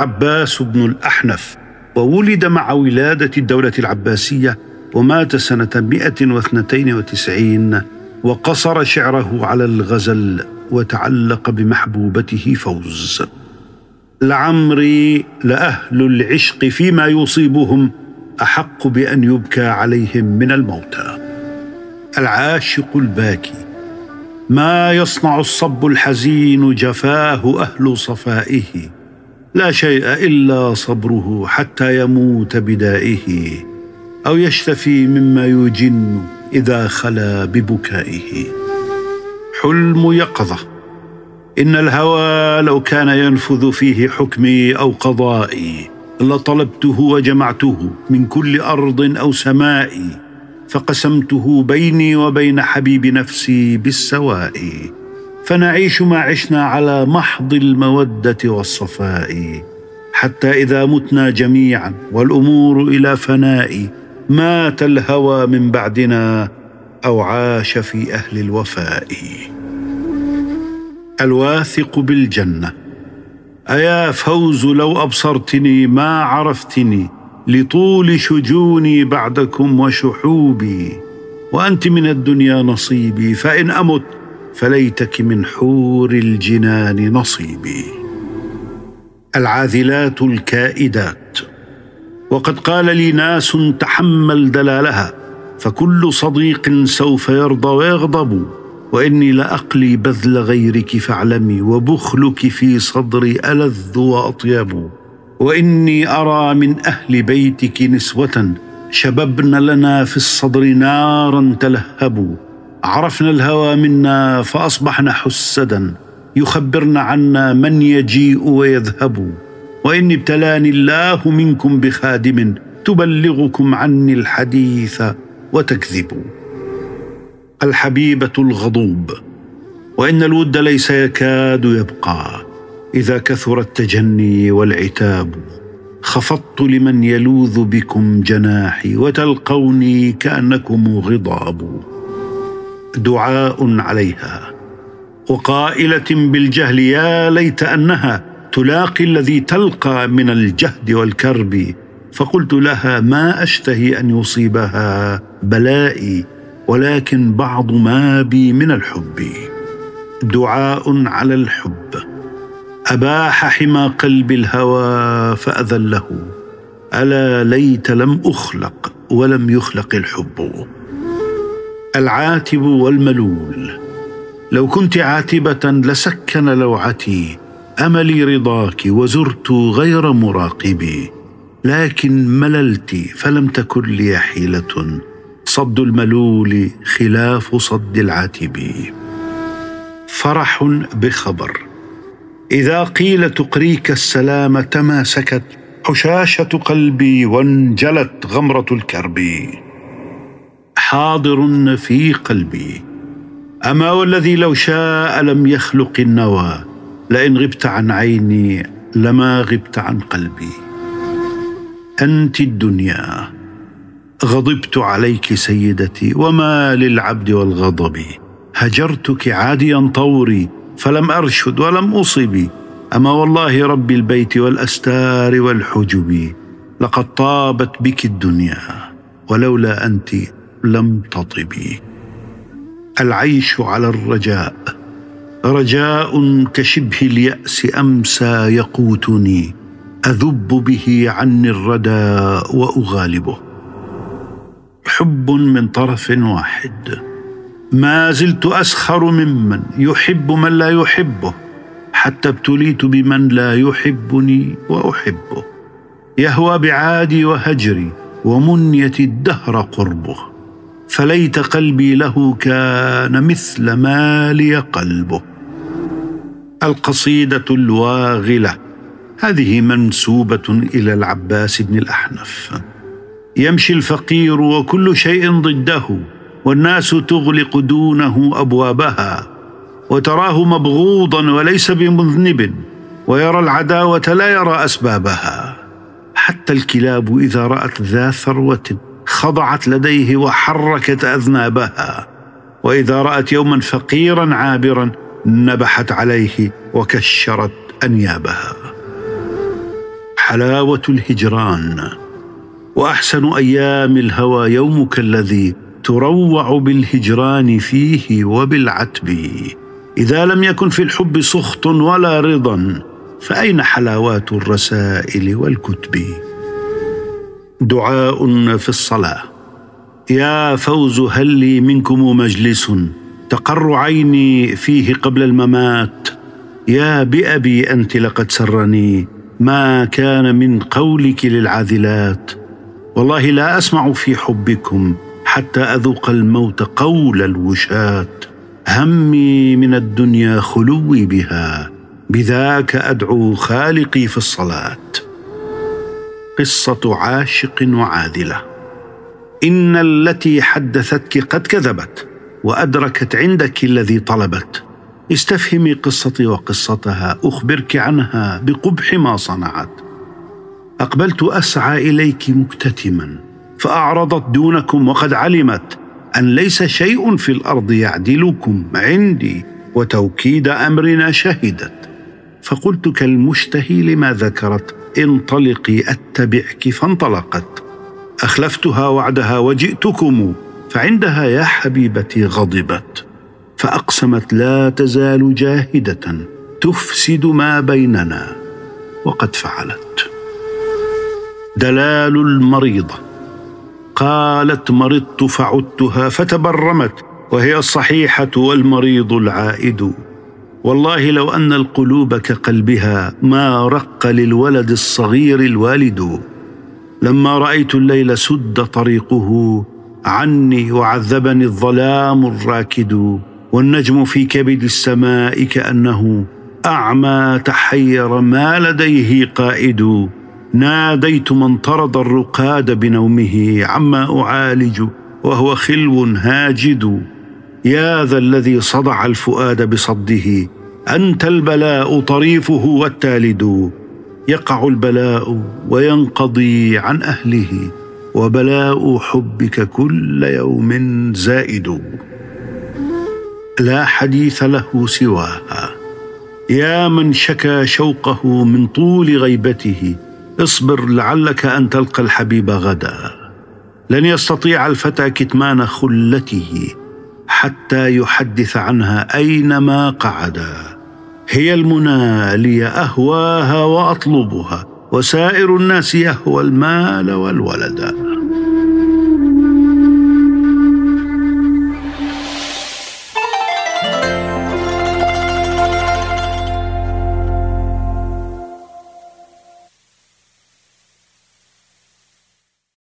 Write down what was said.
العباس بن الأحنف، وولد مع ولادة الدولة العباسية، ومات سنة 192، وقصر شعره على الغزل وتعلق بمحبوبته فوز. لعمري لأهل العشق فيما يصيبهم أحق بأن يبكى عليهم من الموتى. العاشق الباكي ما يصنع الصب الحزين جفاه أهل صفائه، لا شيء إلا صبره حتى يموت بدائه، أو يشتفي مما يجن إذا خلا ببكائه. حلم يقظة إن الهوى لو كان ينفذ فيه حكمي أو قضائي لطلبته وجمعته من كل أرض أو سماء، فقسمته بيني وبين حبيب نفسي بالسواء، فنعيش ما عشنا على محض المودة والصفاء، حتى إذا متنا جميعا والأمور إلى فناء، مات الهوى من بعدنا أو عاش في أهل الوفاء. الواثق بالجنة أيا فوز لو أبصرتني ما عرفتني، لطول شجوني بعدكم وشحوبي، وأنت من الدنيا نصيبي، فإن أمت فليتك من حور الجنان نصيبي. العاذلات الكائدات وقد قال لي ناس تحمل دلالها، فكل صديق سوف يرضى ويغضب، وإني لأقلي بذل غيرك فاعلمي، وبخلك في صدري ألذ وأطيب، وإني أرى من أهل بيتك نسوة شببن لنا في الصدر نارا تلهب، عرفنا الهوى منا فأصبحنا حسدا، يخبرن عنا من يجيء ويذهب، وإني ابتلاني الله منكم بخادم تبلغكم عني الحديث وتكذب. الحبيبة الغضوب وإن الود ليس يكاد يبقى، إذا كثر التجني والعتاب، خفضت لمن يلوذ بكم جناحي، وتلقوني كأنكم غضاب. دعاء عليها وقائلة بالجهل يا ليت أنها تلاقي الذي تلقى من الجهد والكرب، فقلت لها ما أشتهي أن يصيبها بلائي، ولكن بعض ما بي من الحب. دعاء على الحب أباح حمى قلب الهوى فأذله، ألا ليت لم أخلق ولم يخلق الحب. العاتب والملول لو كنت عاتبة لسكن لوعتي، أملي رضاك وزرت غير مراقبي، لكن مللت فلم تكن لي حيلة، صد الملول خلاف صد العاتب. فرح بخبر إذا قيل تقريك السلام تماسكت حشاشة قلبي وانجلت غمرة الكرب. حاضر في قلبي أما والذي لو شاء لم يخلق النوى، لئن غبت عن عيني لما غبت عن قلبي. أنت الدنيا غضبت عليك سيدتي، وما للعبد والغضب، هجرتك عاديا طوري فلم أرشد ولم أصبي، أما والله رب البيت والأستار والحجب، لقد طابت بك الدنيا ولولا أنت لم تطبي. العيش على الرجاء رجاء كشبه اليأس أمسى يقوتني، أذب به عني الردى وأغالبه. حب من طرف واحد ما زلت أسخر ممن يحب من لا يحبه، حتى ابتليت بمن لا يحبني وأحبه، يهوى بعادي وهجري ومنية الدهر قربه، فليت قلبي له كان مثل ما لي قلبه. القصيدة الواغلة هذه منسوبة إلى العباس بن الأحنف. يمشي الفقير وكل شيء ضده، والناس تغلق دونه أبوابها، وتراه مبغوضا وليس بمذنب، ويرى العداوة لا يرى أسبابها، حتى الكلاب إذا رأت ذا ثروة خضعت لديه وحركت أذنابها، وإذا رأت يوما فقيرا عابرا نبحت عليه وكشرت أنيابها. حلاوة الهجران. وأحسن أيام الهوى يومك الذي تروع بالهجران فيه وبالعتب. إذا لم يكن في الحب سخط ولا رضا، فأين حلاوات الرسائل والكتب؟ دعاء في الصلاة. يا فوز هل لي منكم مجلس تقر عيني فيه قبل الممات. يا بأبي أنت لقد سرني ما كان من قولك للعاذلات. والله لا أسمع في حبكم حتى أذوق الموت قول الوشاة. همي من الدنيا خلوي بها، بذاك أدعو خالقي في الصلاة. قصة عاشق وعاذلة. إن التي حدثتك قد كذبت، وأدركت عندك الذي طلبت. استفهمي قصتي وقصتها، أخبرك عنها بقبح ما صنعت. أقبلت أسعى إليك مكتتما، فأعرضت دونكم، وقد علمت أن ليس شيء في الأرض يعدلكم عندي، وتوكيد أمرنا شهدت. فقلت كالمشتهي لما ذكرت، انطلقي أتبعك، فانطلقت. أخلفتها وعدها وجئتكم، فعندها يا حبيبتي غضبت، فأقسمت لا تزال جاهدة تفسد ما بيننا، وقد فعلت. دلال المريضة. قالت مرضت فعدتها، فتبرمت وهي الصحيحة والمريض العائد. والله لو أن القلوب كقلبها ما رق للولد الصغير الوالد. لما رأيت الليل سد طريقه عني، وعذبني الظلام الراكد. والنجم في كبد السماء كأنه أعمى تحير ما لديه قائد. ناديت من طرد الرقاد بنومه عما أعالج وهو خلو هاجد. يا ذا الذي صدع الفؤاد بصده، أنت البلاء طريفه والتالد. يقع البلاء وينقضي عن أهله، وبلاء حبك كل يوم زائد. لا حديث له سواها. يا من شكى شوقه من طول غيبته، اصبر لعلك أن تلقى الحبيب غدا. لن يستطيع الفتى كتمان خلته حتى يحدث عنها أينما قعدا. هي المنى لي أهواها وأطلبها، وسائر الناس يهوى المال والولد.